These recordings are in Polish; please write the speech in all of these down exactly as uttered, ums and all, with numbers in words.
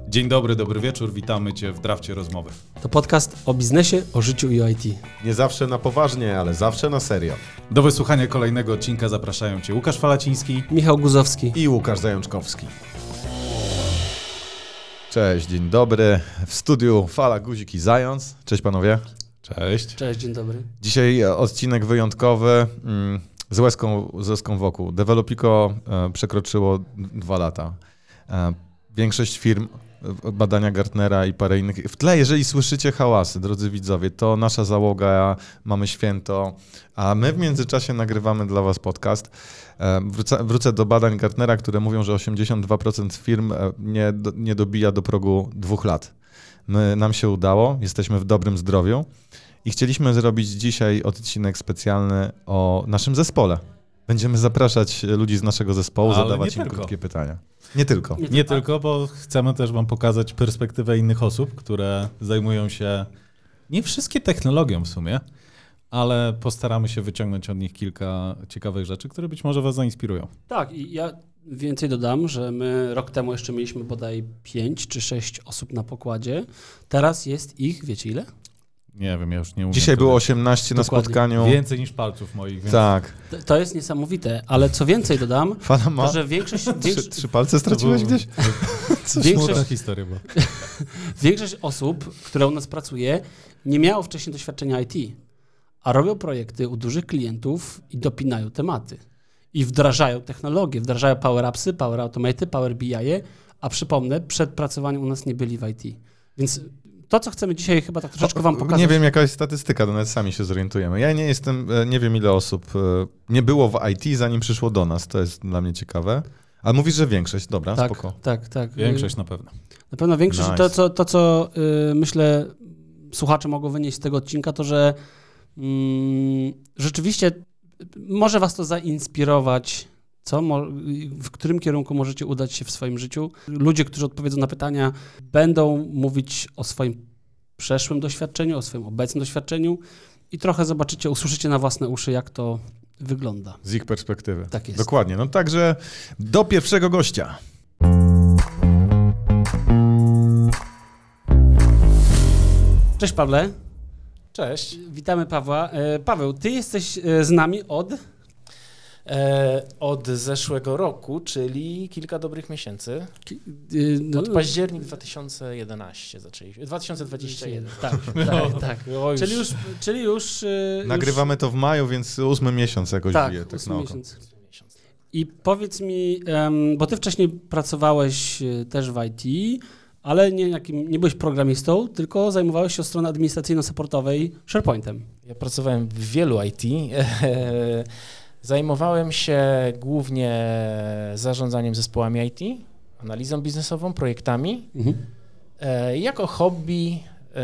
Dzień dobry, dobry wieczór, witamy Cię w Drafcie Rozmowy. To podcast o biznesie, o życiu i o I T. Nie zawsze na poważnie, ale zawsze na serio. Do wysłuchania kolejnego odcinka zapraszają Cię Łukasz Falaciński, Michał Guzowski I Łukasz Zajączkowski. Cześć, dzień dobry. W studiu Fala, Guzik i Zając. Cześć panowie. Cześć. Cześć, dzień dobry. Dzisiaj odcinek wyjątkowy mm, z łezką, z łezką wokół. Developiko e, przekroczyło dwa lata. E, większość firm, e, badania Gartnera i parę innych. W tle, jeżeli słyszycie hałasy, drodzy widzowie, to nasza załoga, mamy święto, a my w międzyczasie nagrywamy dla was podcast. E, wrócę, wrócę do badań Gartnera, które mówią, że osiemdziesiąt dwa procent firm e, nie, do, nie dobija do progu dwóch lat. My, nam się udało, jesteśmy w dobrym zdrowiu. I chcieliśmy zrobić dzisiaj odcinek specjalny o naszym zespole. Będziemy zapraszać ludzi z naszego zespołu, Ale zadawać nie im tylko. krótkie pytania. Nie tylko. Nie, Nie tylko, bo chcemy też Wam pokazać perspektywę innych osób, które zajmują się nie wszystkie technologią w sumie, ale postaramy się wyciągnąć od nich kilka ciekawych rzeczy, które być może Was zainspirują. Tak, i ja więcej dodam, że my rok temu jeszcze mieliśmy bodaj pięć czy sześć osób na pokładzie. Teraz jest ich, wiecie ile? Nie wiem, ja już nie umiem. Dzisiaj było tyle. osiemnaście na Dokładnie. spotkaniu. Więcej niż palców moich, więc Tak. To, to jest niesamowite, ale co więcej dodam, Fala ma? to że większość, Trzy, większość, trzy palce straciłeś to był- gdzieś? smutna większość, historia była. większość osób, które u nas pracuje, nie miało wcześniej doświadczenia I T, a robią projekty u dużych klientów i dopinają tematy. I wdrażają technologie, wdrażają Power Appsy, Power Automaty, Power B I, a przypomnę, przed pracowaniem u nas nie byli w I T. Więc to, co chcemy dzisiaj chyba tak troszeczkę wam pokazać. Nie wiem, jaka jest statystyka, to nawet sami się zorientujemy. Ja nie jestem, nie wiem ile osób nie było w I T, zanim przyszło do nas. To jest dla mnie ciekawe. Ale mówisz, że większość, dobra, tak, spoko. tak, tak. Większość na pewno. Na pewno większość. Nice. To, co, to, co yy, myślę, słuchacze mogą wynieść z tego odcinka, to że mm, rzeczywiście może was to zainspirować, co, Mo- w którym kierunku możecie udać się w swoim życiu. Ludzie, którzy odpowiedzą na pytania, będą mówić o swoim przeszłym doświadczeniu, o swoim obecnym doświadczeniu i trochę zobaczycie, usłyszycie na własne uszy, jak to wygląda. Z ich perspektywy. Tak jest. Dokładnie. No także do pierwszego gościa. Cześć Pawle. Cześć. Witamy Pawła. E, Paweł, ty jesteś e, z nami od... E, od zeszłego roku, czyli kilka dobrych miesięcy. y, no, Od październik dwa tysiące jedenasty zaczęliśmy. dwa tysiące dwudziesty jeden. Tak, tak, tak. O, już. Czyli już, czyli już... y, Nagrywamy to w maju, więc ósmy miesiąc jakoś już, bije. tak, Tak ósmy na oko. miesiąc. I powiedz mi, em, bo ty wcześniej pracowałeś y, też w I T, ale nie, jakim, nie byłeś programistą, tylko zajmowałeś się od strony administracyjno-supportowej SharePointem. Ja pracowałem w wielu I T. Zajmowałem się głównie zarządzaniem zespołami I T, analizą biznesową, projektami. Mhm. E, jako hobby e,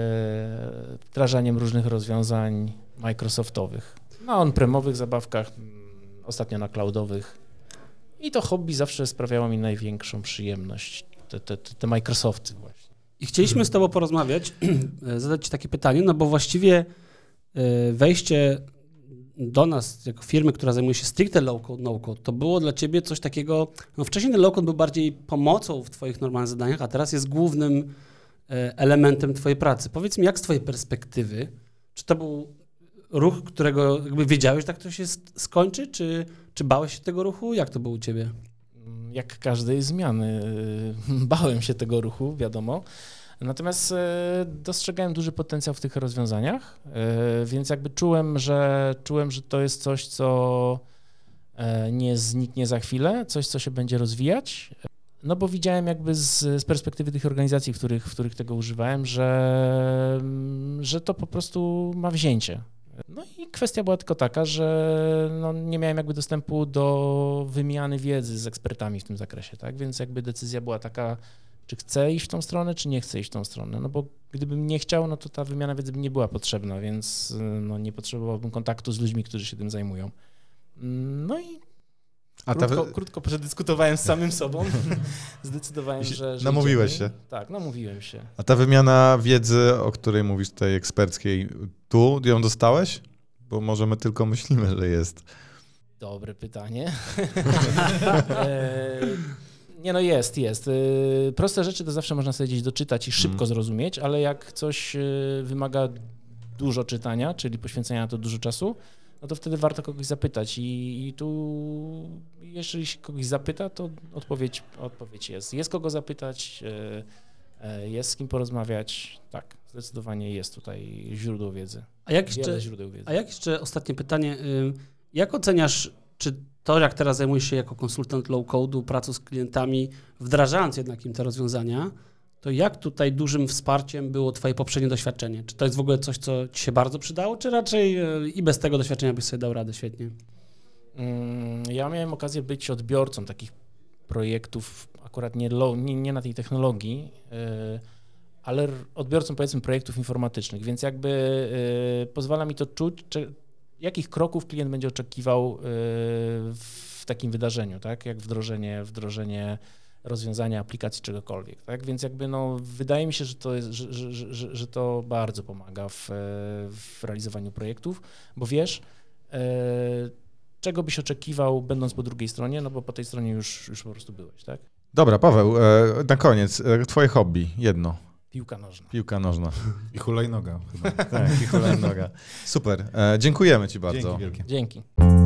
wdrażaniem różnych rozwiązań Microsoftowych. Na on-premowych zabawkach, mm, ostatnio na cloudowych. I to hobby zawsze sprawiało mi największą przyjemność. Te, te, te Microsofty właśnie. I chcieliśmy z tobą porozmawiać, zadać ci takie pytanie, no bo właściwie y, wejście do nas, jako firmy, która zajmuje się stricte low-code, no-code, to było dla ciebie coś takiego, no wcześniej ten low-code był bardziej pomocą w twoich normalnych zadaniach, a teraz jest głównym y, elementem twojej pracy. Powiedz mi, jak z twojej perspektywy, czy to był ruch, którego jakby wiedziałeś, że tak to się s- skończy, czy, czy bałeś się tego ruchu? Jak to było u ciebie? Jak każdej zmiany, y, bałem się tego ruchu, wiadomo. Natomiast y, dostrzegałem duży potencjał w tych rozwiązaniach, y, więc jakby czułem, że czułem, że to jest coś, co y, nie zniknie za chwilę, coś, co się będzie rozwijać. No bo widziałem jakby z, z perspektywy tych organizacji, w których, w których tego używałem, że, że to po prostu ma wzięcie. No i kwestia była tylko taka, że no nie miałem jakby dostępu do wymiany wiedzy z ekspertami w tym zakresie, tak? Więc jakby decyzja była taka, czy chcę iść w tą stronę, czy nie chcę iść w tą stronę. No bo gdybym nie chciał, no to ta wymiana wiedzy by nie była potrzebna, więc no nie potrzebowałbym kontaktu z ludźmi, którzy się tym zajmują. No i A ta krótko, wy- krótko przedyskutowałem z samym sobą, zdecydowałem, się- że, że namówiłeś idziemy. się. Tak, namówiłem się. A ta wymiana wiedzy, o której mówisz tutaj eksperckiej, tu ją dostałeś? Bo może my tylko myślimy, że jest. Dobre pytanie. e, Nie no, jest, jest. Yy, proste rzeczy to zawsze można sobie gdzieś doczytać i szybko Mm. zrozumieć, ale jak coś yy, wymaga dużo czytania, czyli poświęcenia na to dużo czasu, no to wtedy warto kogoś zapytać i, i tu jeżeli się kogoś zapyta, to odpowiedź, odpowiedź jest. Jest kogo zapytać, yy, yy, jest z kim porozmawiać, tak, zdecydowanie jest tutaj źródło wiedzy. A jak Wiele jeszcze, źródeł wiedzy. a jak jeszcze ostatnie pytanie, y, jak oceniasz, czy to, jak teraz zajmujesz się jako konsultant low-code'u, pracą z klientami, wdrażając jednak im te rozwiązania, to jak tutaj dużym wsparciem było twoje poprzednie doświadczenie? Czy to jest w ogóle coś, co ci się bardzo przydało, czy raczej y, i bez tego doświadczenia byś sobie dał radę świetnie? Mm, Ja miałem okazję być odbiorcą takich projektów, akurat nie, low, nie, nie na tej technologii, yy, ale r- odbiorcą powiedzmy projektów informatycznych, więc jakby yy, pozwala mi to czuć, czy, jakich kroków klient będzie oczekiwał yy, w takim wydarzeniu, tak, jak wdrożenie, wdrożenie rozwiązania, aplikacji, czegokolwiek, tak, więc jakby no wydaje mi się, że to, jest, że, że, że, że, że to bardzo pomaga w, w realizowaniu projektów, bo wiesz, yy, czego byś oczekiwał, będąc po drugiej stronie, no bo po tej stronie już, już po prostu byłeś, tak? Dobra, Paweł, e, na koniec, e, twoje hobby, jedno. Piłka nożna. Piłka nożna. I hulajnoga chyba. Tak, i hulajnoga. Super, e, dziękujemy ci bardzo. Dzięki wielkie. Dzięki.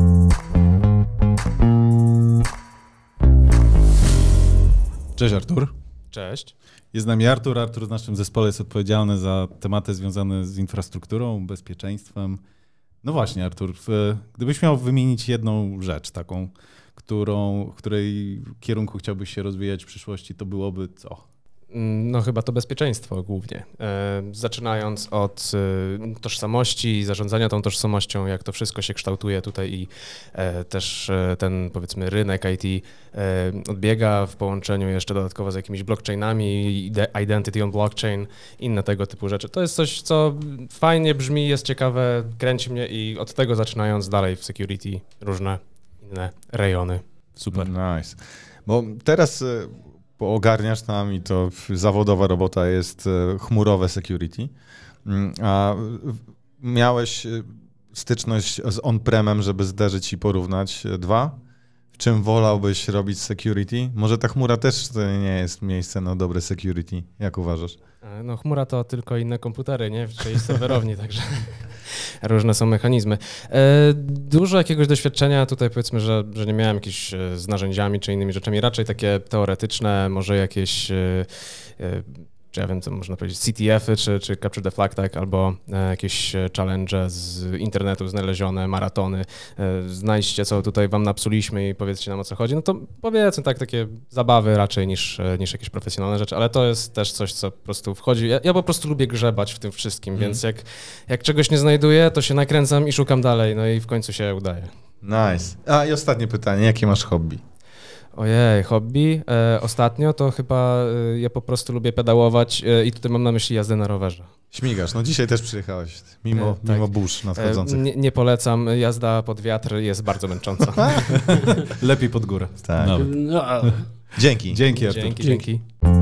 Cześć Artur. Cześć. Jest z nami Artur. Artur w naszym zespole jest odpowiedzialny za tematy związane z infrastrukturą, bezpieczeństwem. No właśnie Artur, w, gdybyś miał wymienić jedną rzecz taką, którą, w której kierunku chciałbyś się rozwijać w przyszłości, to byłoby co? No chyba to bezpieczeństwo głównie. E, Zaczynając od e, tożsamości, zarządzania tą tożsamością, jak to wszystko się kształtuje tutaj i e, też e, ten powiedzmy rynek I T e, odbiega w połączeniu jeszcze dodatkowo z jakimiś blockchainami, ide- identity on blockchain, inne tego typu rzeczy. To jest coś, co fajnie brzmi, jest ciekawe, kręci mnie i od tego zaczynając dalej w security różne inne rejony. Super. Nice. Bo teraz e, bo ogarniasz tam i to zawodowa robota jest e, chmurowe security, Mm, a w- miałeś e, styczność z on-premem, żeby zderzyć i porównać e, dwa? W czym wolałbyś robić security? Może ta chmura też to nie jest miejsce na dobre security, jak uważasz? E, No chmura to tylko inne komputery, nie? Czyli serwerowni, także różne są mechanizmy. E, Dużo jakiegoś doświadczenia tutaj powiedzmy, że, że nie miałem jakichś e, z narzędziami czy innymi rzeczami, raczej takie teoretyczne, może jakieś, e, e, czy ja wiem co można powiedzieć, C T F-y czy, czy Capture the Flag, tak? Albo e, jakieś e, challenge z internetu znalezione, maratony. E, Znajdźcie co tutaj wam napsuliśmy i powiedzcie nam o co chodzi. No to powiedzmy tak, takie zabawy raczej niż, e, niż jakieś profesjonalne rzeczy, ale to jest też coś, co po prostu wchodzi. Ja, ja po prostu lubię grzebać w tym wszystkim, Mhm. więc jak, jak czegoś nie znajduję, to się nakręcam i szukam dalej, no i w końcu się udaje. Nice. A i ostatnie pytanie, jakie masz hobby? Ojej, hobby. E, ostatnio to chyba e, ja po prostu lubię pedałować e, i tutaj mam na myśli jazdę na rowerze. Śmigasz, no dzisiaj też przyjechałeś, mimo, E, tak. mimo burz E, nadchodzących. nie, nie polecam, jazda pod wiatr jest bardzo męcząca. Lepiej pod górę. Tak. Nawet. No, a- Dzięki. Dzięki Artur. Dzięki, dzięki.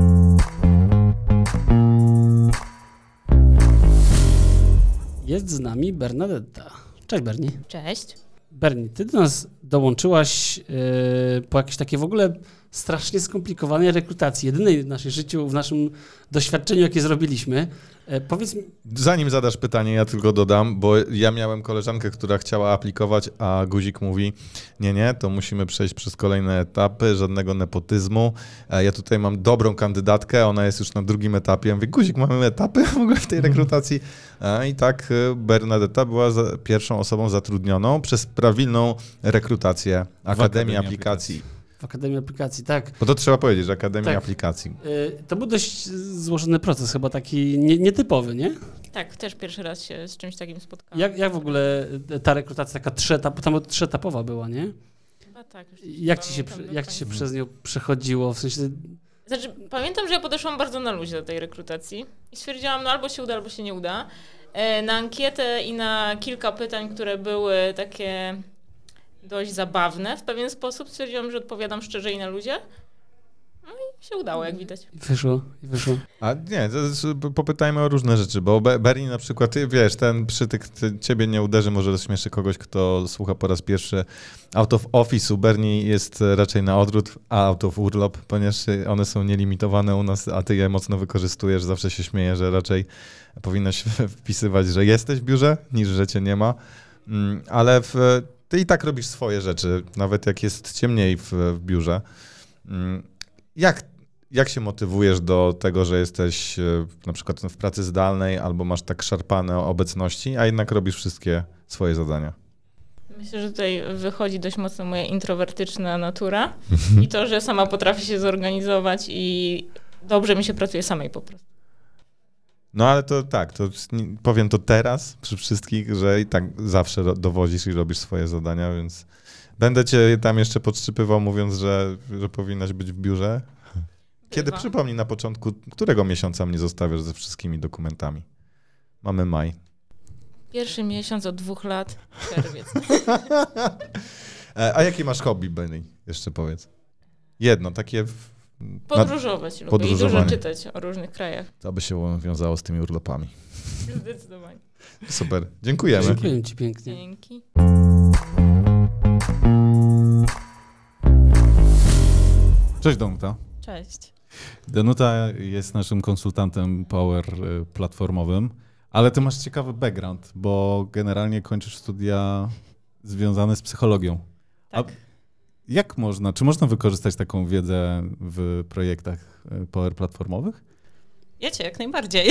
jest z nami Bernadetta. Cześć Berni. Cześć. Berni, ty do nas dołączyłaś yy, po jakiejś takiej w ogóle strasznie skomplikowanej rekrutacji, jedynej w naszym życiu, w naszym doświadczeniu, jakie zrobiliśmy. E, powiedz mi, Zanim zadasz pytanie, ja tylko dodam, bo ja miałem koleżankę, która chciała aplikować, a guzik mówi, nie, nie, to musimy przejść przez kolejne etapy, żadnego nepotyzmu. E, Ja tutaj mam dobrą kandydatkę, ona jest już na drugim etapie. Ja mówię, guzik, mamy etapy w ogóle w tej rekrutacji. E, I tak e, Bernadetta była za, pierwszą osobą zatrudnioną przez prawilną rekrutację Akademii Akademii Aplikacji. w Akademii Aplikacji, tak. Bo to trzeba powiedzieć, że Akademia Tak. Aplikacji. E, to był dość złożony proces, chyba taki nie, nietypowy, nie? Tak, też pierwszy raz się z czymś takim spotkałam. Jak, jak w ogóle ta rekrutacja taka trzyetap, tam trzyetapowa była, nie? Chyba tak. Już Jak ci się, pamiętam jak ci się dokładnie. przez nią przechodziło? W sensie, Znaczy, pamiętam, że ja podeszłam bardzo na luzie do tej rekrutacji i stwierdziłam, no albo się uda, albo się nie uda. E, Na ankietę i na kilka pytań, które były takie dość zabawne w pewien sposób, stwierdziłam, że odpowiadam szczerze i na luzie. No i Się udało, jak widać. I wyszło, i wyszło. A nie, to jest, popytajmy o różne rzeczy, bo Be- Bernie na przykład, ty wiesz, ten przytyk ty, ciebie nie uderzy, może rozśmieszy kogoś, kto słucha po raz pierwszy out of office'u. Bernie jest raczej na odwrót, a out of urlop, ponieważ one są nielimitowane u nas, a ty je mocno wykorzystujesz. Zawsze się śmieję, że raczej powinnaś wpisywać, że jesteś w biurze, niż że cię nie ma. Ale w, ty i tak robisz swoje rzeczy, nawet jak jest ciemniej w, w biurze. Jak, jak się motywujesz do tego, że jesteś na przykład w pracy zdalnej albo masz tak szarpane obecności, a jednak robisz wszystkie swoje zadania? Myślę, że tutaj wychodzi dość mocno moja introwertyczna natura i to, że sama potrafię się zorganizować i dobrze mi się pracuje samej po prostu. No ale to tak, to powiem to teraz przy wszystkich, że i tak zawsze dowozisz i robisz swoje zadania, więc będę cię tam jeszcze podszczypywał, mówiąc, że, że powinnaś być w biurze. Kiedy, Bywa. przypomnij na początku, którego miesiąca mnie zostawiasz ze wszystkimi dokumentami? Mamy maj. Pierwszy miesiąc od dwóch lat, czerwiec. A jakie masz hobby, Benny? Jeszcze powiedz. Jedno, takie... W... Podróżować lubię i dużo Podróżowanie. czytać o różnych krajach. To by się wiązało z tymi urlopami. Zdecydowanie. Super, dziękujemy. Dziękuję ci pięknie. Dzięki. Cześć Danuta. Cześć. Danuta jest naszym konsultantem power y, platformowym, ale ty masz ciekawy background, bo generalnie kończysz studia związane z psychologią. Tak. A jak można, czy można wykorzystać taką wiedzę w projektach y, power platformowych? Wiecie, jak najbardziej.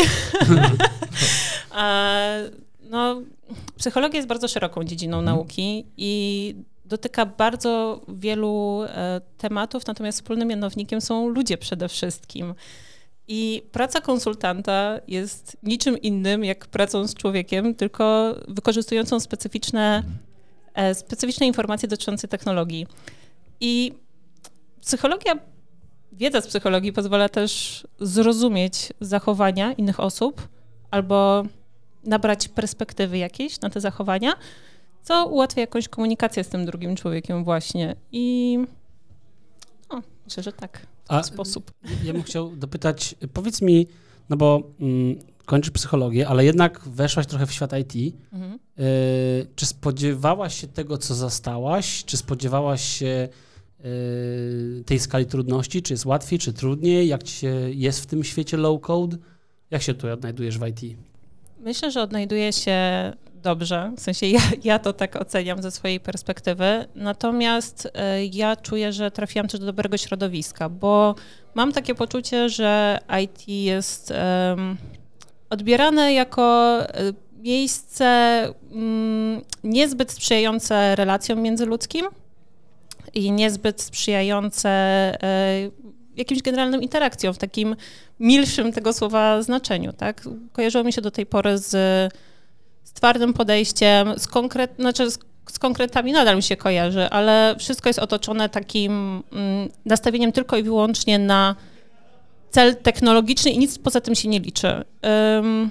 A, no, psychologia jest bardzo szeroką dziedziną Mhm. nauki i dotyka bardzo wielu e, tematów, natomiast wspólnym mianownikiem są ludzie przede wszystkim. I praca konsultanta jest niczym innym jak pracą z człowiekiem, tylko wykorzystującą specyficzne, e, specyficzne informacje dotyczące technologii. I psychologia, wiedza z psychologii pozwala też zrozumieć zachowania innych osób albo nabrać perspektywy jakiejś na te zachowania, co ułatwia jakąś komunikację z tym drugim człowiekiem właśnie. I no, myślę, że tak, w ten A sposób. ja bym chciał dopytać, powiedz mi, no bo mm, kończysz psychologię, ale jednak weszłaś trochę w świat I T. Mhm. Y, czy spodziewałaś się tego, co zastałaś? Czy spodziewałaś się y, tej skali trudności? Czy jest łatwiej, czy trudniej? Jak ci się jest w tym świecie low-code? Jak się tu odnajdujesz w I T? Myślę, że odnajduję się dobrze, w sensie ja, ja to tak oceniam ze swojej perspektywy, natomiast y, ja czuję, że trafiłam też do dobrego środowiska, bo mam takie poczucie, że I T jest um, odbierane jako y, miejsce mm, niezbyt sprzyjające relacjom międzyludzkim i niezbyt sprzyjające y, jakimś generalnym interakcjom w takim milszym tego słowa znaczeniu, tak? Kojarzyło mi się do tej pory z, z twardym podejściem, z, konkret, znaczy z, z konkretami nadal mi się kojarzy, ale wszystko jest otoczone takim mm, nastawieniem tylko i wyłącznie na cel technologiczny i nic poza tym się nie liczy. Um,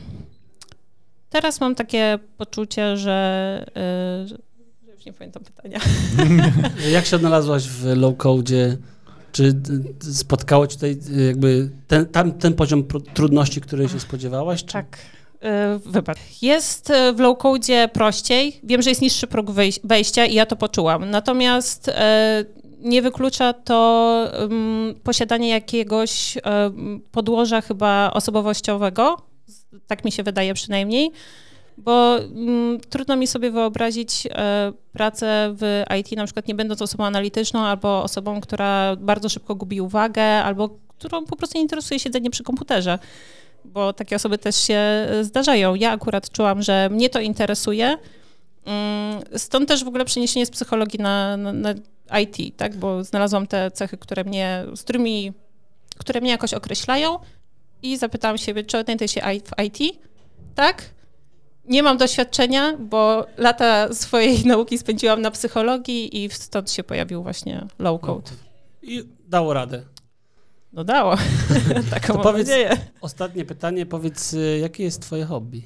teraz mam takie poczucie, że, y, że już nie pamiętam pytania. Jak się odnalazłaś w low-codzie? Czy d- spotkało cię tutaj y, jakby ten, tam, ten poziom pro- trudności, której się spodziewałaś? Czy... Tak. Yy, wybacz. Jest y, w low-codzie prościej. Wiem, że jest niższy próg wejś- wejścia i ja to poczułam. Natomiast y, nie wyklucza to ym, posiadanie jakiegoś y, podłoża chyba osobowościowego. Tak mi się wydaje przynajmniej. Bo mm, trudno mi sobie wyobrazić e, pracę w I T, na przykład nie będąc osobą analityczną, albo osobą, która bardzo szybko gubi uwagę, albo którą po prostu nie interesuje siedzenie przy komputerze, bo takie osoby też się zdarzają. Ja akurat czułam, że mnie to interesuje, mm, stąd też w ogóle przeniesienie z psychologii na, na, na I T, tak, bo znalazłam te cechy, które mnie, z którymi, które mnie jakoś określają i zapytałam siebie, czy odnajdę się w I T? Tak? Nie mam doświadczenia, bo lata swojej nauki spędziłam na psychologii i stąd się pojawił właśnie low code. I dało radę. No dało. Taką To mam powiedz- nadzieję. Ostatnie pytanie, powiedz, y, jakie jest twoje hobby?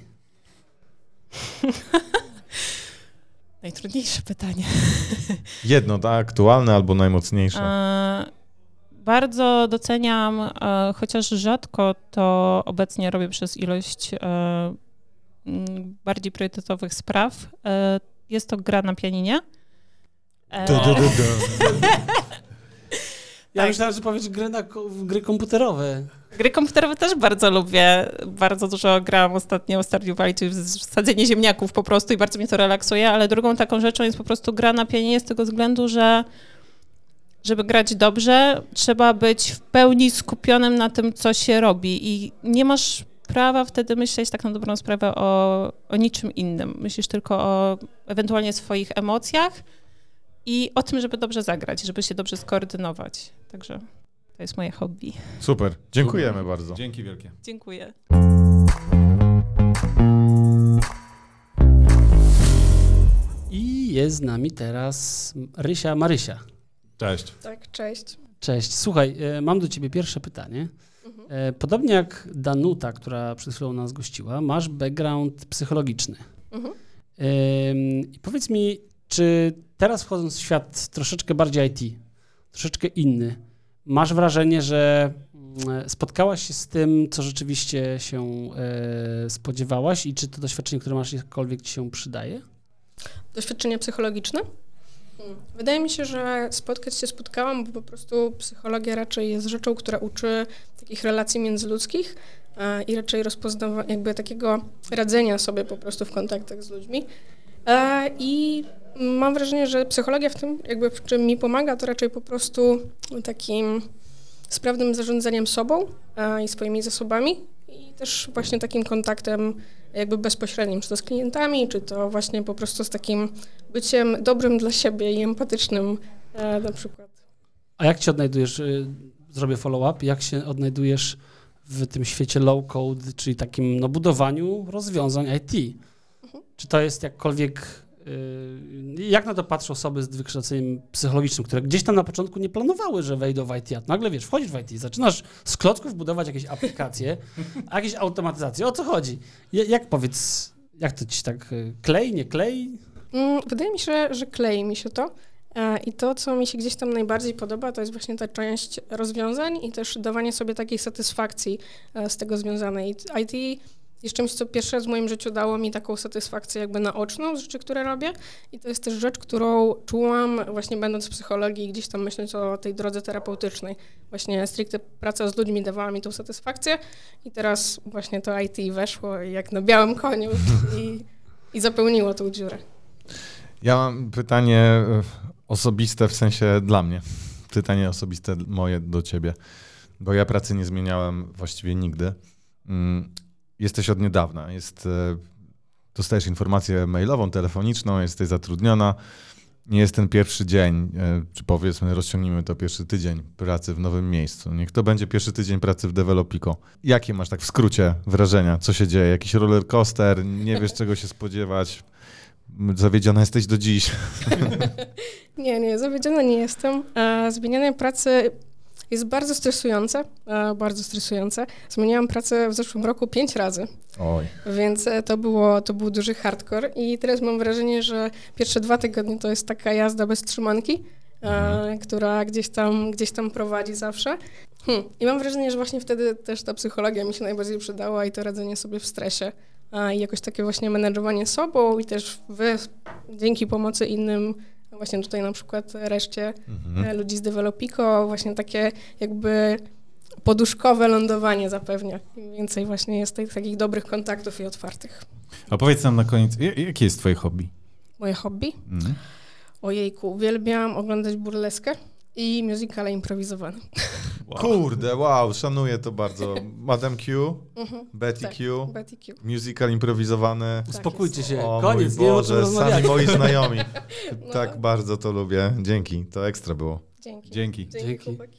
Najtrudniejsze pytanie. Jedno, tak, aktualne albo najmocniejsze. A, Bardzo doceniam, e, chociaż rzadko to obecnie robię przez ilość e, m, bardziej priorytetowych spraw. E, jest to gra na pianinie. E, Ja Tak. myślałem, że powiesz gry, na, ko- gry komputerowe. Gry komputerowe też bardzo lubię. Bardzo dużo grałam ostatnio w Stardew Valley, czyli w sadzenie ziemniaków po prostu i bardzo mnie to relaksuje, ale drugą taką rzeczą jest po prostu gra na pianinie z tego względu, że żeby grać dobrze, trzeba być w pełni skupionym na tym, co się robi i nie masz prawa wtedy myśleć tak na dobrą sprawę o, o niczym innym. Myślisz tylko o ewentualnie swoich emocjach i o tym, żeby dobrze zagrać, żeby się dobrze skoordynować. Także to jest moje hobby. Super, dziękujemy bardzo. Dzięki wielkie. Dziękuję. I jest z nami teraz Rysia Marysia. Cześć. Tak, cześć. Cześć. Słuchaj, e, mam do ciebie pierwsze pytanie. Mhm. E, Podobnie jak Danuta, która przed chwilą nas gościła, masz background psychologiczny. Mhm. Ym, I powiedz mi, czy teraz wchodząc w świat troszeczkę bardziej I T, troszeczkę inny, masz wrażenie, że mm, spotkałaś się z tym, co rzeczywiście się e, spodziewałaś i czy to doświadczenie, które masz, jakkolwiek ci się przydaje? Doświadczenie psychologiczne? Hmm. Wydaje mi się, że spotkać się spotkałam, bo po prostu psychologia raczej jest rzeczą, która uczy takich relacji międzyludzkich e, i raczej rozpoznawania, jakby takiego radzenia sobie po prostu w kontaktach z ludźmi. E, I mam wrażenie, że psychologia w tym, jakby w czym mi pomaga, to raczej po prostu takim sprawnym zarządzaniem sobą e, i swoimi zasobami i też właśnie takim kontaktem jakby bezpośrednim, czy to z klientami, czy to właśnie po prostu z takim byciem dobrym dla siebie i empatycznym e, na przykład. A jak się odnajdujesz, y, zrobię follow-up, jak się odnajdujesz w tym świecie low-code, czyli takim no, budowaniu rozwiązań I T? Mhm. Czy to jest jakkolwiek, y, jak na to patrzą osoby z wykształceniem psychologicznym, które gdzieś tam na początku nie planowały, że wejdą w I T, a nagle wiesz, wchodzisz w I T, zaczynasz z klocków budować jakieś aplikacje, jakieś automatyzacje, o co chodzi? Ja- Jak powiedz, jak to ci tak y, klei, nie klei? Mm, Wydaje mi się, że klei mi się to. E, I to, co mi się gdzieś tam najbardziej podoba, to jest właśnie ta część rozwiązań i też dawanie sobie takiej satysfakcji e, z tego związanej. I T jest czymś, co pierwszy raz w moim życiu dało mi taką satysfakcję jakby naoczną z rzeczy, które robię. I to jest też rzecz, którą czułam właśnie będąc w psychologii i gdzieś tam myśląc o tej drodze terapeutycznej. Właśnie stricte praca z ludźmi dawała mi tą satysfakcję i teraz właśnie to I T weszło jak na białym koniu i, i zapełniło tą dziurę. Ja mam pytanie e, osobiste, w sensie dla mnie. Pytanie osobiste moje do ciebie, bo ja pracy nie zmieniałem właściwie nigdy. Mm, Jesteś od niedawna, jest, e, dostajesz informację mailową, telefoniczną, jesteś zatrudniona. Nie jest ten pierwszy dzień, e, czy powiedzmy rozciągnijmy to pierwszy tydzień pracy w nowym miejscu. Niech to będzie pierwszy tydzień pracy w Developico. Jakie masz tak w skrócie wrażenia? Co się dzieje? Jakiś roller coaster? Nie wiesz czego się spodziewać? Zawiedziona jesteś do dziś. Nie, nie, zawiedziona nie jestem. E, Zmienianie pracy jest bardzo stresujące, e, bardzo stresujące. Zmieniałam pracę w zeszłym roku pięć razy, Oj. więc e, to, było, to był duży hardcore i teraz mam wrażenie, że pierwsze dwa tygodnie to jest taka jazda bez trzymanki, e, która gdzieś tam, gdzieś tam prowadzi zawsze. Hmm. I mam wrażenie, że właśnie wtedy też ta psychologia mi się najbardziej przydała i to radzenie sobie w stresie. A, I jakoś takie właśnie menedżowanie sobą i też wy dzięki pomocy innym, właśnie tutaj na przykład reszcie Mhm. e, ludzi z Developico, właśnie takie jakby poduszkowe lądowanie zapewnia. Im więcej właśnie jest tych takich dobrych kontaktów i otwartych. A powiedz nam na koniec, ja- jakie jest twoje hobby? Moje hobby? Mhm. Ojejku, uwielbiam oglądać burleskę i musicale improwizowane. Kurde, wow, szanuję to bardzo. Madame Q, Mhm, Betty tak. Q, Betty Q. musical improwizowany. Tak Uspokójcie jest. się, O koniec, mój nie wiem o czym Boże, sami rozmawiać. moi znajomi. No. Tak bardzo to lubię. Dzięki, to ekstra było. Dzięki. Dzięki. Dzięki, Dzięki. chłopaki.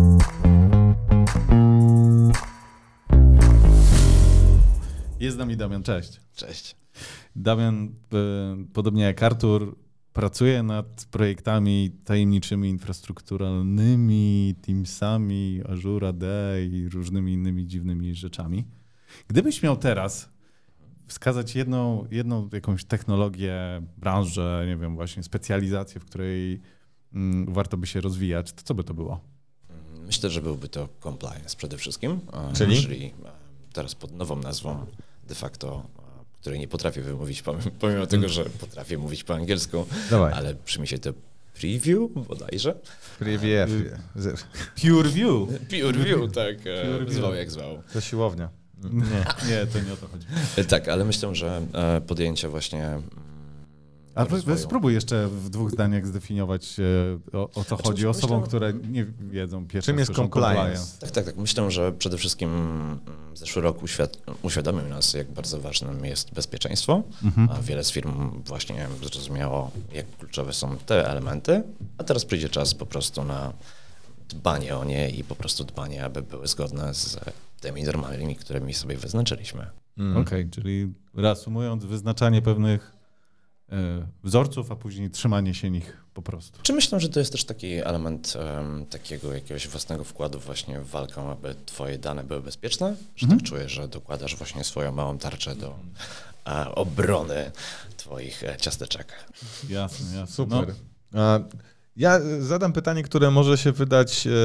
Jest z nami Damian, cześć. Cześć. Damian, e, podobnie jak Artur, pracuje nad projektami tajemniczymi, infrastrukturalnymi, Teamsami, Azure A D i różnymi innymi dziwnymi rzeczami. Gdybyś miał teraz wskazać jedną, jedną jakąś technologię, branżę, nie wiem, właśnie specjalizację, w której mm, warto by się rozwijać, to co by to było? Myślę, że byłby to compliance przede wszystkim, e, Czyli? czyli e, teraz pod nową nazwą de facto, e, której nie potrafię wymówić, pomimo, pomimo tego, że potrafię mówić po angielsku, Dawaj. ale brzmi się to preview bodajże. Preview. Pure View. Pure view, tak, e, Pure view. zwał jak zwał. To siłownia. Nie, nie, to nie o to chodzi. E, Tak, ale myślę, że e, podjęcie właśnie mm, A wy, wy rozwoju- spróbuj jeszcze w dwóch zdaniach zdefiniować, e, o, o co Znaczy, chodzi osobom, myślę- które nie wiedzą pierwsze. Czym jest słyszą compliance? Tak, tak, tak. Myślę, że przede wszystkim mm, zeszły rok uświad- uświadomił nas, jak bardzo ważnym jest bezpieczeństwo. Mhm. A wiele z firm właśnie zrozumiało, jak kluczowe są te elementy, a teraz przyjdzie czas po prostu na dbanie o nie i po prostu dbanie, aby były zgodne z tymi normalnymi, którymi sobie wyznaczyliśmy. Mm. Okej, czyli reasumując, wyznaczanie pewnych e, wzorców, a później trzymanie się nich po prostu. Czy myślę, że to jest też taki element um, takiego jakiegoś własnego wkładu właśnie w walkę, aby twoje dane były bezpieczne? Że Mhm. tak czujesz, że dokładasz właśnie swoją małą tarczę do e, obrony twoich e, ciasteczek. Jasne, jasne. Super. No, A, Ja zadam pytanie, które może się wydać, e,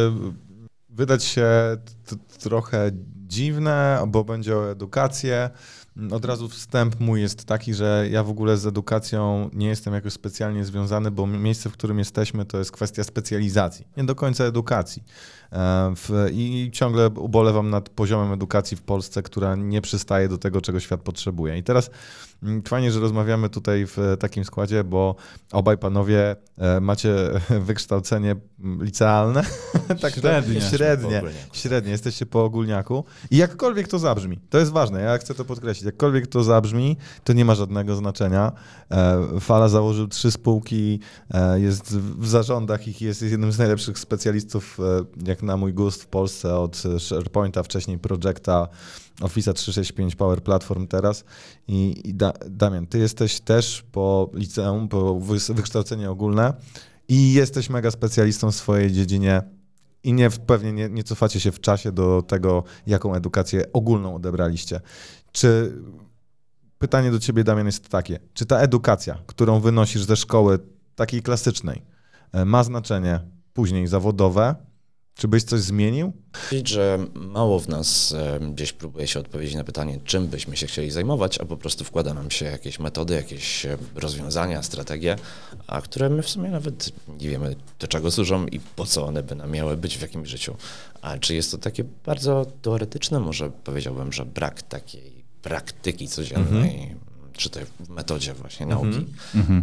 wydać się t- trochę dziwne, bo będzie o edukację. Od razu wstęp mój jest taki, że ja w ogóle z edukacją nie jestem jakoś specjalnie związany, bo miejsce, w którym jesteśmy, to jest kwestia specjalizacji, nie do końca edukacji. E, w, I ciągle ubolewam nad poziomem edukacji w Polsce, która nie przystaje do tego, czego świat potrzebuje. I teraz mm, fajnie, że rozmawiamy tutaj w takim składzie, bo obaj panowie e, macie wykształcenie licealne. tak, Średnie. Średnie. Po ogólniaku. Średnie, jesteście po ogólniaku. I jakkolwiek to zabrzmi, to jest ważne, ja chcę to podkreślić, jakkolwiek to zabrzmi, to nie ma żadnego znaczenia. E, Fala założył trzy spółki, e, jest w zarządach ich, jest jednym z najlepszych specjalistów, e, jak na mój gust w Polsce, od SharePointa, wcześniej Projecta, Office'a trzysta sześćdziesiąt pięć, Power Platform teraz. I, i da, Damian, ty jesteś też po liceum, po wy- wykształcenie ogólne i jesteś mega specjalistą w swojej dziedzinie. I nie, pewnie nie, nie cofacie się w czasie do tego, jaką edukację ogólną odebraliście. Czy pytanie do ciebie, Damian, jest takie, czy ta edukacja, którą wynosisz ze szkoły takiej klasycznej, e, ma znaczenie później zawodowe? Czy byś coś zmienił? Powiedzieć, że mało w nas e, gdzieś próbuje się odpowiedzieć na pytanie, czym byśmy się chcieli zajmować, a po prostu wkłada nam się jakieś metody, jakieś e, rozwiązania, strategie, a które my w sumie nawet nie wiemy, do czego służą i po co one by nam miały być w jakimś życiu. A czy jest to takie bardzo teoretyczne? Może powiedziałbym, że brak takiej praktyki codziennej, czy to w metodzie właśnie nauki, mhm.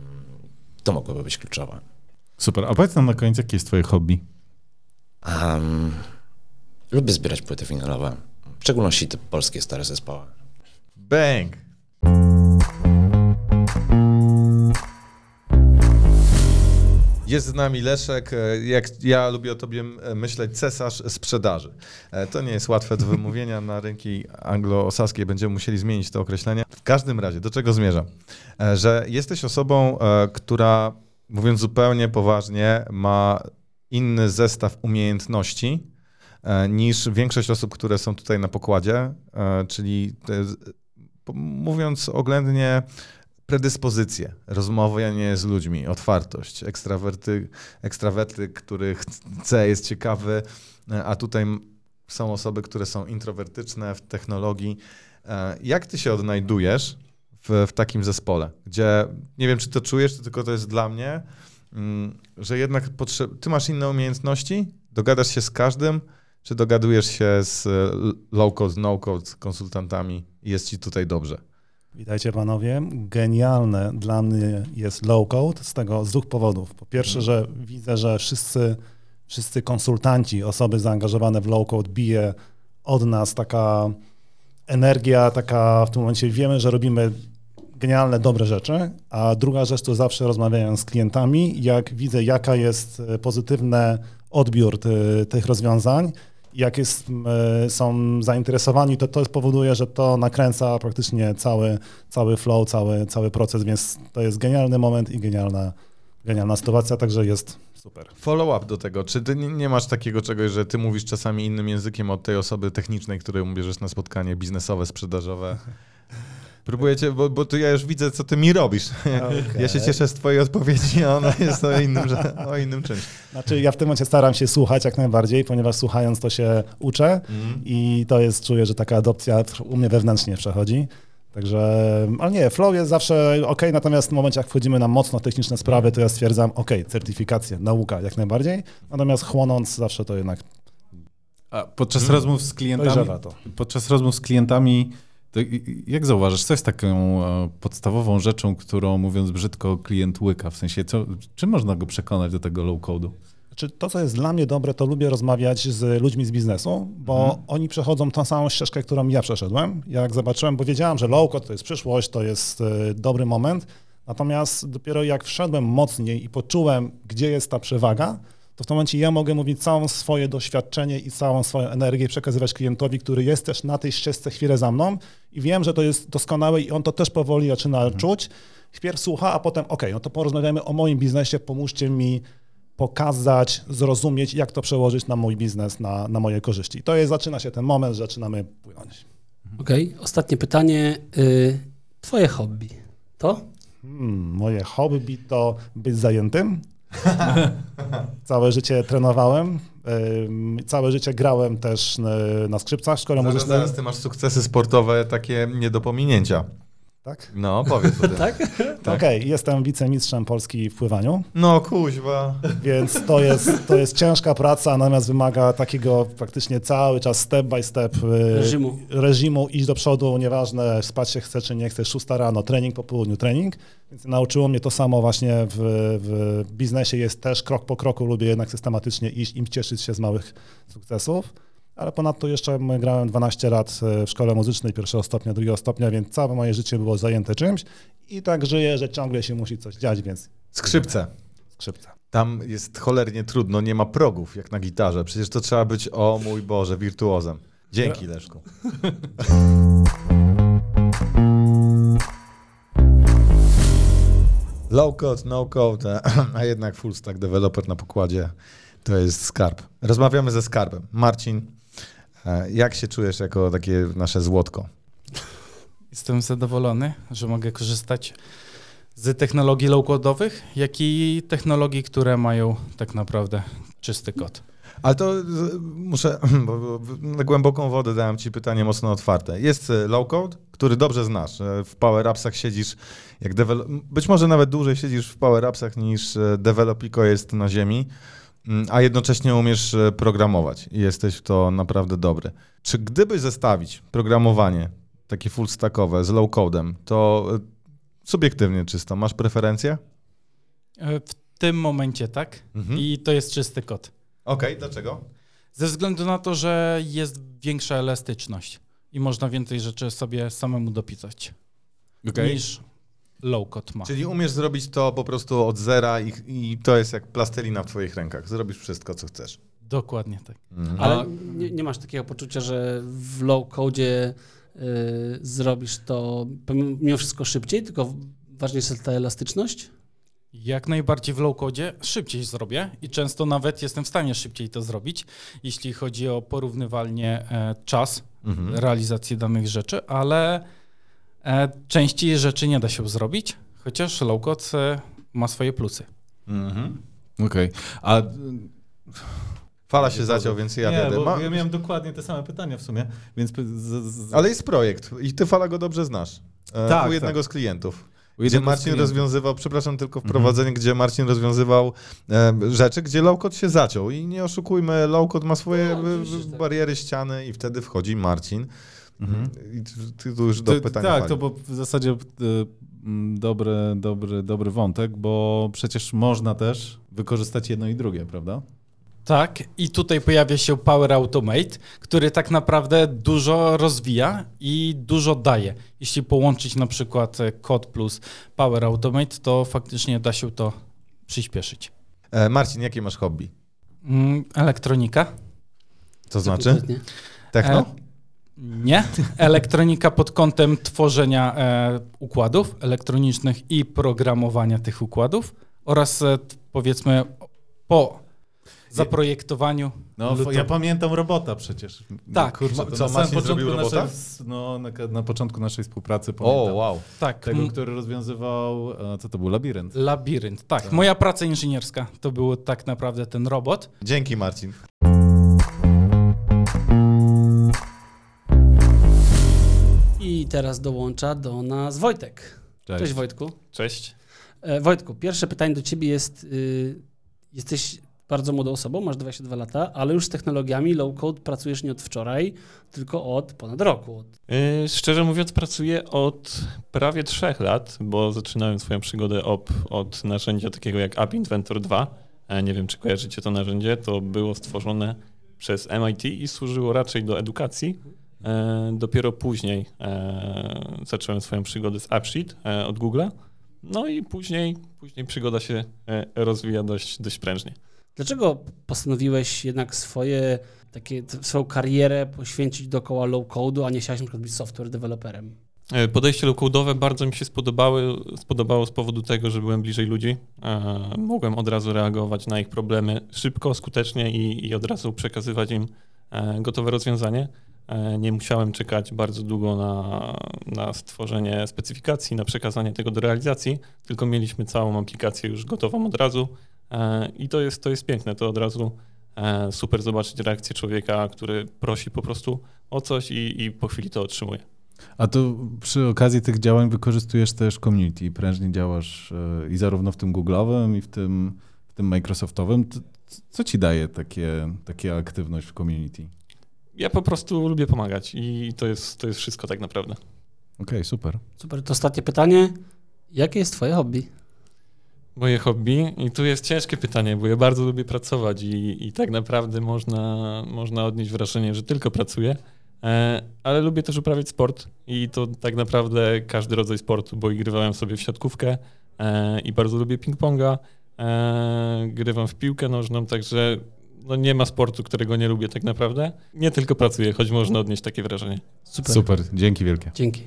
to mogłoby być kluczowe. Super. A powiedz nam na koniec, jakie jest twoje hobby? Um, lubię zbierać płyty winylowe, w szczególności te polskie stare zespoły. Bang! Jest z nami Leszek, e, jak ja lubię o tobie m- myśleć, cesarz sprzedaży. E, To nie jest łatwe do wymówienia, na rynki anglosaskie będziemy musieli zmienić to określenie. W każdym razie, do czego zmierzam? E, Że jesteś osobą, e, która, mówiąc zupełnie poważnie, ma inny zestaw umiejętności e, niż większość osób, które są tutaj na pokładzie, e, czyli to jest, po- mówiąc oględnie, predyspozycje, rozmawianie z ludźmi, otwartość, ekstrawerty, ekstrawerty, który chce, jest ciekawy, e, a tutaj m- są osoby, które są introwertyczne w technologii. E, Jak ty się odnajdujesz w, w takim zespole, gdzie, nie wiem, czy to czujesz, czy tylko to jest dla mnie, mm, że jednak potrze- ty masz inne umiejętności, dogadasz się z każdym, czy dogadujesz się z e, low-code, no-code konsultantami i jest ci tutaj dobrze? Witajcie panowie. Genialne dla mnie jest low-code z tego z dwóch powodów. Po pierwsze, że widzę, że wszyscy, wszyscy konsultanci, osoby zaangażowane w low-code bije od nas taka energia, taka w tym momencie wiemy, że robimy genialne, dobre rzeczy, a druga rzecz to zawsze rozmawiając z klientami, jak widzę, jaka jest pozytywny odbiór ty, tych rozwiązań, jak jest, y, są zainteresowani, to to powoduje, że to nakręca praktycznie cały, cały flow, cały, cały proces, więc to jest genialny moment i genialna, genialna sytuacja, także jest super. Follow-up do tego. Czy ty nie- nie masz takiego czegoś, że ty mówisz czasami innym językiem od tej osoby technicznej, której bierzesz na spotkanie biznesowe, sprzedażowe? Próbujecie, bo, bo tu ja już widzę, co ty mi robisz. Okay. Ja się cieszę z twojej odpowiedzi, a ona jest o innym, o innym czymś. Znaczy ja w tym momencie staram się słuchać jak najbardziej, ponieważ słuchając to się uczę mm. i to jest, czuję, że taka adopcja u mnie wewnętrznie przechodzi. Także, ale nie, flow jest zawsze ok, natomiast w momencie, jak wchodzimy na mocno techniczne sprawy, to ja stwierdzam, ok, certyfikacje, nauka jak najbardziej, natomiast chłonąc zawsze to jednak... A podczas hmm. rozmów z klientami, to. podczas rozmów z klientami, to jak zauważysz, co jest taką podstawową rzeczą, którą, mówiąc brzydko, klient łyka? W sensie, co, czym można go przekonać do tego low-code'u? Znaczy, to, co jest dla mnie dobre, to lubię rozmawiać z ludźmi z biznesu, bo hmm. oni przechodzą tą samą ścieżkę, którą ja przeszedłem. Jak zobaczyłem, bo wiedziałem, że low-code to jest przyszłość, to jest y, dobry moment, natomiast dopiero jak wszedłem mocniej i poczułem, gdzie jest ta przewaga, to w tym momencie ja mogę mówić całą swoje doświadczenie i całą swoją energię przekazywać klientowi, który jest też na tej ścieżce chwilę za mną i wiem, że to jest doskonałe i on to też powoli zaczyna hmm. czuć. Wpierw słucha, a potem ok, no to porozmawiamy o moim biznesie, pomóżcie mi pokazać, zrozumieć, jak to przełożyć na mój biznes, na, na moje korzyści. I to jest, zaczyna się ten moment, że zaczynamy płynąć. Okej, okay. Ostatnie pytanie. Y, twoje hobby to? Hmm, moje hobby to być zajętym. Całe życie trenowałem, y, całe życie grałem też y, na skrzypcach w szkole muzycznej. Zaraz ty masz sukcesy sportowe takie nie do pominięcia. Tak? No, powiedz o tym. Tak? tak. Okej, okay, jestem wicemistrzem Polski w pływaniu. No kuźwa. Więc to jest, to jest ciężka praca, natomiast wymaga takiego praktycznie cały czas step by step reżimu. reżimu, iść do przodu, nieważne spać się chce czy nie chce, szósta rano, trening, po południu trening. Więc nauczyło mnie to samo właśnie w, w biznesie, jest też krok po kroku, lubię jednak systematycznie iść i cieszyć się z małych sukcesów. Ale ponadto jeszcze grałem dwanaście lat w szkole muzycznej pierwszego stopnia, drugiego stopnia, więc całe moje życie było zajęte czymś i tak żyję, że ciągle się musi coś dziać, więc... Skrzypce. Skrzypce. Tam jest cholernie trudno, nie ma progów jak na gitarze. Przecież to trzeba być, o mój Boże, wirtuozem. Dzięki, Leszku. Low code, no code, a jednak full stack developer na pokładzie to jest skarb. Rozmawiamy ze skarbem. Marcin, jak się czujesz jako takie nasze złotko? Jestem zadowolony, że mogę korzystać z technologii low-codowych, jak i technologii, które mają tak naprawdę czysty kod. Ale to muszę, bo na głęboką wodę dałem ci pytanie mocno otwarte. Jest low-code, który dobrze znasz. W Power Appsach siedzisz, jak dewelo- być może nawet dłużej siedzisz w Power Appsach niż Developiko jest na ziemi, a jednocześnie umiesz programować i jesteś w to naprawdę dobry. Czy gdybyś zestawić programowanie takie full stackowe z low-codem, to subiektywnie czysto, masz preferencje? W tym momencie tak mhm. i to jest czysty kod. Okej, okay, dlaczego? Ze względu na to, że jest większa elastyczność i można więcej rzeczy sobie samemu dopisać okay. niż low-code ma. Czyli umiesz zrobić to po prostu od zera i, i to jest jak plastelina w twoich rękach. Zrobisz wszystko, co chcesz. Dokładnie tak. Mhm. Ale nie, nie masz takiego poczucia, że w low-codzie y, zrobisz to mimo wszystko szybciej, tylko ważniejsza jest ta elastyczność? Jak najbardziej w low-codzie szybciej zrobię i często nawet jestem w stanie szybciej to zrobić, jeśli chodzi o porównywalnie e, czas mhm. realizacji danych rzeczy, ale e, częściej rzeczy nie da się zrobić, chociaż low-code e, ma swoje plusy. Mhm. Okej, okay. A... Fala się zaciął, więc ja nie, wiadę. Bo Ma... ja miałem dokładnie te same pytania w sumie, więc... Z, z... Ale jest projekt i ty, Fala, go dobrze znasz. E, tak, u jednego tak. z klientów. Gdzie Marcin rozwiązywał, przepraszam, tylko wprowadzenie, mm-hmm. gdzie Marcin rozwiązywał e, rzeczy, gdzie low-code się zaciął. I nie oszukujmy, low-code ma swoje no, bariery, tak. ściany i wtedy wchodzi Marcin. Mm-hmm. I ty tu już do to, pytania Tak, fali. to bo w zasadzie y, dobry, dobry, dobry wątek, bo przecież można też wykorzystać jedno i drugie, prawda? Tak, i tutaj pojawia się Power Automate, który tak naprawdę dużo rozwija i dużo daje. Jeśli połączyć na przykład kod plus Power Automate, to faktycznie da się to przyspieszyć. E, Marcin, jakie masz hobby? Mm, elektronika. To znaczy? Techno? E, nie. Elektronika pod kątem tworzenia e, układów elektronicznych i programowania tych układów oraz e, powiedzmy po zaprojektowaniu. No, lutu. ja pamiętam robota przecież. Tak. Kurczę, Ma- to co, na samym Marcin zrobił początku robota? naszej, no, na, na początku naszej współpracy O, pamiętam. wow. Tak, Tego, m- który rozwiązywał, e, co to był, labirynt. labirynt. Tak, moja praca inżynierska to był tak naprawdę ten robot. Dzięki, Marcin. I teraz dołącza do nas Wojtek. Cześć. Cześć Wojtku. Cześć. E, Wojtku, pierwsze pytanie do ciebie jest, y, jesteś bardzo młodą osobą, masz dwadzieścia dwa lata, ale już z technologiami low-code pracujesz nie od wczoraj, tylko od ponad roku. Od... Yy, szczerze mówiąc, pracuję od prawie trzech lat, bo zaczynałem swoją przygodę op od narzędzia takiego jak App Inventor dwa. E, nie wiem, czy kojarzycie to narzędzie. To było stworzone przez M I T i służyło raczej do edukacji. E, dopiero później e, zacząłem swoją przygodę z AppSheet e, od Google'a. No i później, później przygoda się e, rozwija dość, dość prężnie. Dlaczego postanowiłeś jednak swoje, takie, t- swoją karierę poświęcić dookoła low-code'u, a nie chciałeś na przykład być software developerem? E, Podejście low-code'owe bardzo mi się spodobały, spodobało z powodu tego, że byłem bliżej ludzi. E, mogłem od razu reagować na ich problemy szybko, skutecznie i, i od razu przekazywać im e, gotowe rozwiązanie. E, nie musiałem czekać bardzo długo na, na stworzenie specyfikacji, na przekazanie tego do realizacji, tylko mieliśmy całą aplikację już gotową od razu. E, I to jest, to jest piękne, to od razu e, super zobaczyć reakcję człowieka, który prosi po prostu o coś i, i po chwili to otrzymuje. A to przy okazji tych działań wykorzystujesz też community, prężnie działasz e, i zarówno w tym Google'owym, i w tym, w tym Microsoftowym. To, co ci daje takie, takie aktywność w community? Ja po prostu lubię pomagać i to jest, to jest wszystko tak naprawdę. Okej, okay, super. Super, to ostatnie pytanie. Jakie jest twoje hobby? Moje hobby i tu jest ciężkie pytanie, bo ja bardzo lubię pracować i, i tak naprawdę można, można odnieść wrażenie, że tylko pracuję, e, ale lubię też uprawiać sport i to tak naprawdę każdy rodzaj sportu, bo i grywałem sobie w siatkówkę e, i bardzo lubię ping-ponga, e, grywam w piłkę nożną, także no nie ma sportu, którego nie lubię tak naprawdę. Nie tylko pracuję, choć można odnieść takie wrażenie. Super. Super, dzięki wielkie. Dzięki.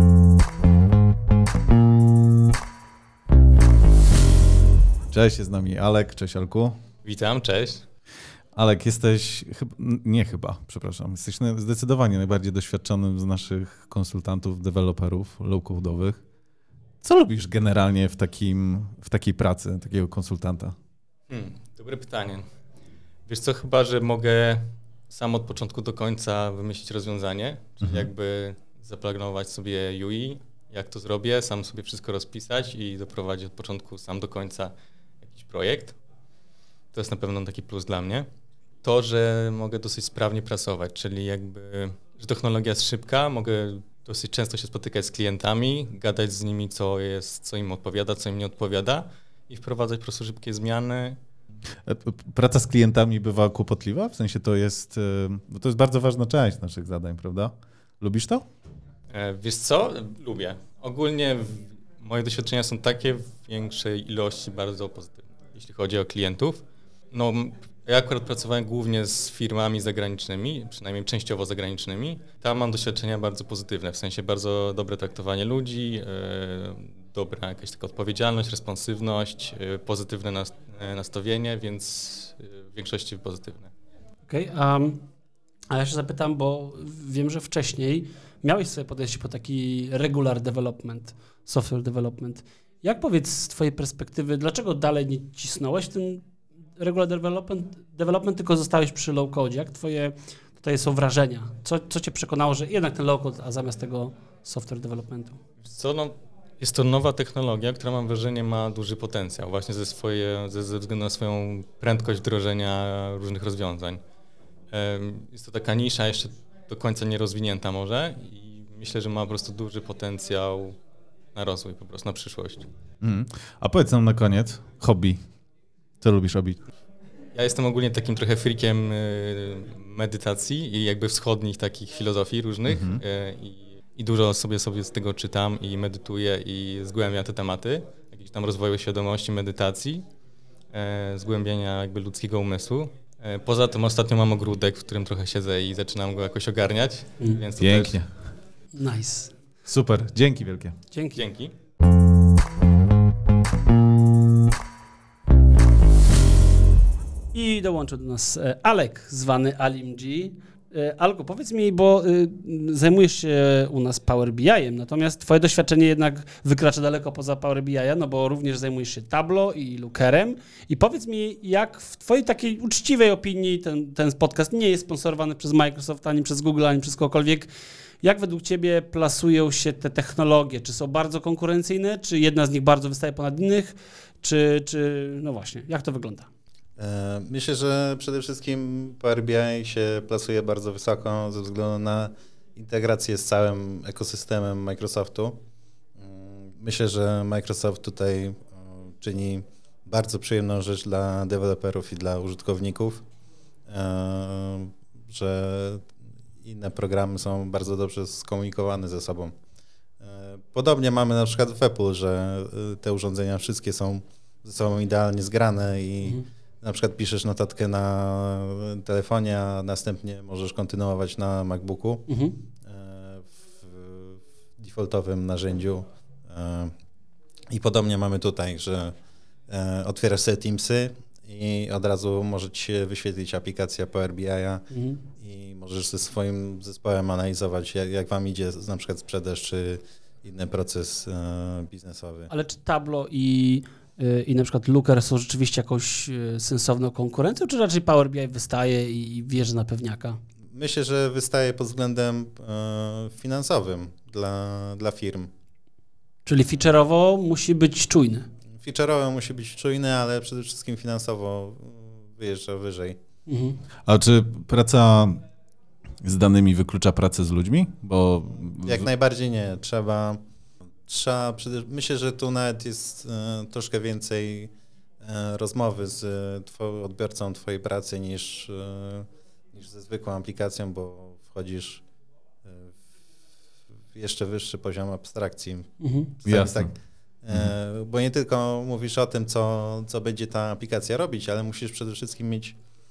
Cześć, jest z nami Alek. Cześć, Alku. Witam, cześć. Alek, jesteś, chyba, nie chyba, przepraszam, jesteś zdecydowanie najbardziej doświadczonym z naszych konsultantów, deweloperów low-code'owych. Co lubisz generalnie w, takim, w takiej pracy, takiego konsultanta? Hmm, dobre pytanie. Wiesz co, chyba, że mogę sam od początku do końca wymyślić rozwiązanie, czyli Mhm. jakby zaplanować sobie U I, jak to zrobię, sam sobie wszystko rozpisać i doprowadzić od początku sam do końca jakiś projekt. To jest na pewno taki plus dla mnie. To, że mogę dosyć sprawnie pracować, czyli jakby, że technologia jest szybka, mogę dosyć często się spotykać z klientami, gadać z nimi, co jest, co im odpowiada, co im nie odpowiada i wprowadzać po prostu szybkie zmiany. Praca z klientami bywa kłopotliwa? W sensie to jest, bo to jest bardzo ważna część naszych zadań, prawda? Lubisz to? E, Wiesz co? Lubię. Ogólnie w- moje doświadczenia są takie w większej ilości bardzo pozytywne, jeśli chodzi o klientów. No, m- ja akurat pracowałem głównie z firmami zagranicznymi, przynajmniej częściowo zagranicznymi. Tam mam doświadczenia bardzo pozytywne, w sensie bardzo dobre traktowanie ludzi, e, dobra jakaś taka odpowiedzialność, responsywność, e, pozytywne nas- e, nastawienie, więc e, w większości pozytywne. Okej, okay, um, a ja się zapytam, bo wiem, że wcześniej miałeś sobie podejście po taki regular development, software development. Jak powiedz z twojej perspektywy, dlaczego dalej nie cisnąłeś ten regular development, development tylko zostałeś przy low-code? Jak twoje tutaj są wrażenia? Co, co cię przekonało, że jednak ten low-code, a zamiast tego software developmentu? Wiesz co, no, jest to nowa technologia, która mam wrażenie ma duży potencjał właśnie ze, swoje, ze, ze względu na swoją prędkość wdrożenia różnych rozwiązań. Em, Jest to taka nisza jeszcze do końca nierozwinięta może i myślę, że ma po prostu duży potencjał na rozwój, po prostu na przyszłość. Mhm. A powiedz nam na koniec, hobby. Co lubisz robić? Ja jestem ogólnie takim trochę freakiem y, medytacji i jakby wschodnich takich filozofii różnych Mhm. y, i, i dużo sobie sobie z tego czytam i medytuję i zgłębiam te tematy, jakiś tam rozwoju świadomości, medytacji, y, zgłębiania jakby ludzkiego umysłu. Y, Poza tym ostatnio mam ogródek, w którym trochę siedzę i zaczynam go jakoś ogarniać, Mm. więc to Pięknie. Nice. Super, dzięki wielkie. Dzięki. też dzięki. I dołączył do nas e, Alek, zwany Alim G. E, Alku, powiedz mi, bo y, zajmujesz się u nas Power B I-em, natomiast twoje doświadczenie jednak wykracza daleko poza Power B I-a, no bo również zajmujesz się Tableau i Lookerem. I powiedz mi, jak w twojej takiej uczciwej opinii ten, ten podcast nie jest sponsorowany przez Microsoft, ani przez Google, ani przez kogokolwiek. Jak według ciebie plasują się te technologie? Czy są bardzo konkurencyjne? Czy jedna z nich bardzo wystaje ponad innych? Czy, czy no właśnie, jak to wygląda? Myślę, że przede wszystkim Power B I się plasuje bardzo wysoko ze względu na integrację z całym ekosystemem Microsoftu. Myślę, że Microsoft tutaj czyni bardzo przyjemną rzecz dla deweloperów i dla użytkowników, że inne programy są bardzo dobrze skomunikowane ze sobą. Podobnie mamy na przykład w Apple, że te urządzenia wszystkie są ze sobą idealnie zgrane i mhm. na przykład piszesz notatkę na telefonie, a następnie możesz kontynuować na MacBooku mhm. w defaultowym narzędziu. I podobnie mamy tutaj, że otwierasz sobie Teamsy i od razu może ci się wyświetlić aplikacja Power B I-a mhm. i możesz ze swoim zespołem analizować, jak, jak wam idzie na przykład sprzedaż czy inny proces biznesowy. Ale czy Tableau i i na przykład Looker są rzeczywiście jakąś sensowną konkurencją, czy raczej Power B I wystaje i wierzy na pewniaka? Myślę, że wystaje pod względem e, finansowym dla, dla firm. Czyli feature'owo musi być czujny. Feature'owo musi być czujny, ale przede wszystkim finansowo wyjeżdża wyżej. Mhm. A czy praca z danymi wyklucza pracę z ludźmi? Bo Jak najbardziej nie. Trzeba... Trzeba, myślę, że tu nawet jest e, troszkę więcej e, rozmowy z e, two, odbiorcą twojej pracy niż, e, niż ze zwykłą aplikacją, bo wchodzisz e, w jeszcze wyższy poziom abstrakcji. Mhm. Jasne. Tak, e, mhm. Bo nie tylko mówisz o tym, co, co będzie ta aplikacja robić, ale musisz przede wszystkim mieć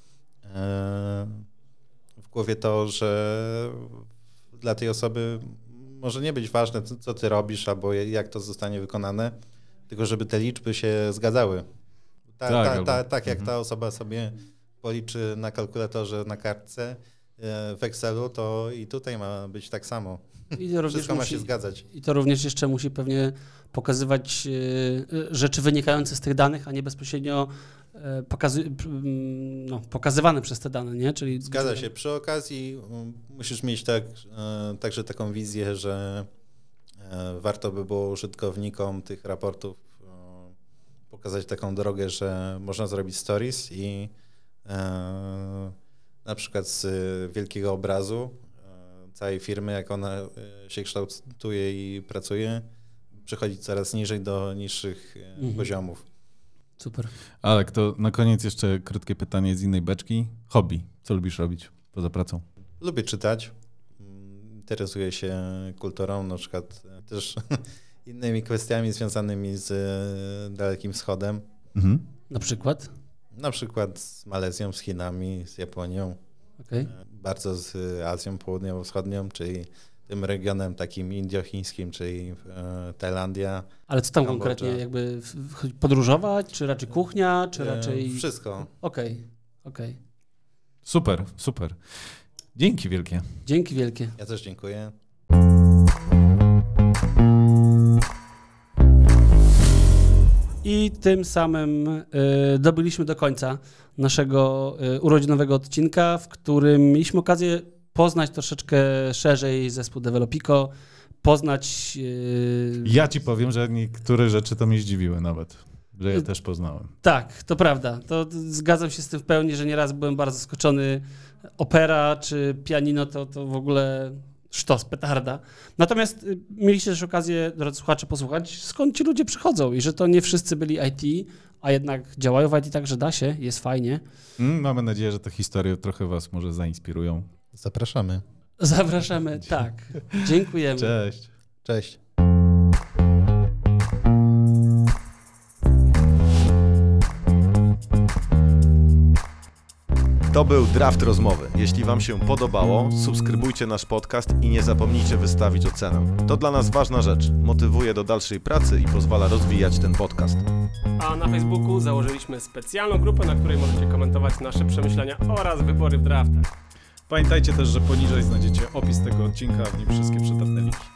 e, w głowie to, że dla tej osoby może nie być ważne, co, co ty robisz, albo jak to zostanie wykonane, tylko żeby te liczby się zgadzały. Ta, tak, ta, ta, tak jak mhm. ta osoba sobie policzy na kalkulatorze, na kartce w Excelu, to i tutaj ma być tak samo. I to Wszystko ma musi, się zgadzać. I to również jeszcze musi pewnie pokazywać y, rzeczy wynikające z tych danych, a nie bezpośrednio y, pokazy, no, pokazywane przez te dane, nie? Czyli Zgadza się. Przy okazji um, musisz mieć tak, y, także taką wizję, że y, warto by było użytkownikom tych raportów y, pokazać taką drogę, że można zrobić stories i y, na przykład z wielkiego obrazu całej firmy, jak ona się kształtuje i pracuje, przechodzi coraz niżej do niższych mhm. poziomów. Super. Alek, to na koniec jeszcze krótkie pytanie z innej beczki. Hobby. Co lubisz robić poza pracą? Lubię czytać. Interesuję się kulturą, na przykład też innymi kwestiami związanymi z Dalekim Wschodem. Mhm. Na przykład? Na przykład z Malezją, z Chinami, z Japonią. Okay. Bardzo z Azją Południowo-Wschodnią, czyli tym regionem takim indio-chińskim, czyli e, Tajlandia. Ale co tam Kambodża. Konkretnie? Jakby podróżować, czy raczej kuchnia, czy raczej... Wszystko. Okej, okay. okej. Okay. Super, super. Dzięki wielkie. Dzięki wielkie. Ja też dziękuję. I tym samym y, dobyliśmy do końca naszego y, urodzinowego odcinka, w którym mieliśmy okazję poznać troszeczkę szerzej zespół Developico, poznać... Y, ja ci powiem, że niektóre rzeczy to mnie zdziwiły nawet, że ja y, też poznałem. Tak, to prawda. To zgadzam się z tym w pełni, że nieraz byłem bardzo zaskoczony. Opera czy pianino to, to w ogóle... Sztos, petarda. Natomiast y, mieliście też okazję, drodzy słuchacze, posłuchać, skąd ci ludzie przychodzą i że to nie wszyscy byli I T, a jednak działają w I T tak, że da się, jest fajnie. Mm, mamy nadzieję, że te historie trochę was może zainspirują. Zapraszamy. Zapraszamy, tak. Dziękujemy. Cześć. Cześć. To był Draft Rozmowy. Jeśli Wam się podobało, subskrybujcie nasz podcast i nie zapomnijcie wystawić ocenę. To dla nas ważna rzecz. Motywuje do dalszej pracy i pozwala rozwijać ten podcast. A na Facebooku założyliśmy specjalną grupę, na której możecie komentować nasze przemyślenia oraz wybory w draftach. Pamiętajcie też, że poniżej znajdziecie opis tego odcinka, w nim wszystkie przydatne linki.